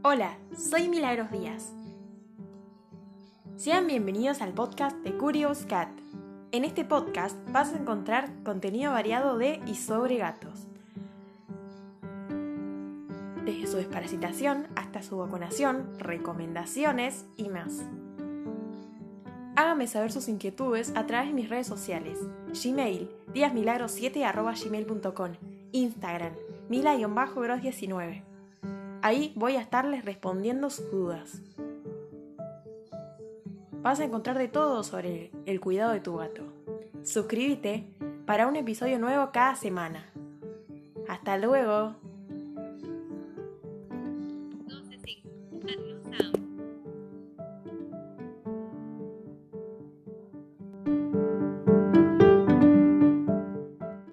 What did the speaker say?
Hola, soy Milagros Díaz. Sean bienvenidos al podcast de Curious Cat. En este podcast vas a encontrar contenido variado de y sobre gatos. Desde su desparasitación hasta su vacunación, recomendaciones y más. Háganme saber sus inquietudes a través de mis redes sociales. Gmail, diasmilagros7@gmail.com. Instagram, mila-gros19. Ahí voy a estarles respondiendo sus dudas. Vas a encontrar de todo sobre el cuidado de tu gato. Suscríbete para un episodio nuevo cada semana. ¡Hasta luego! No sé si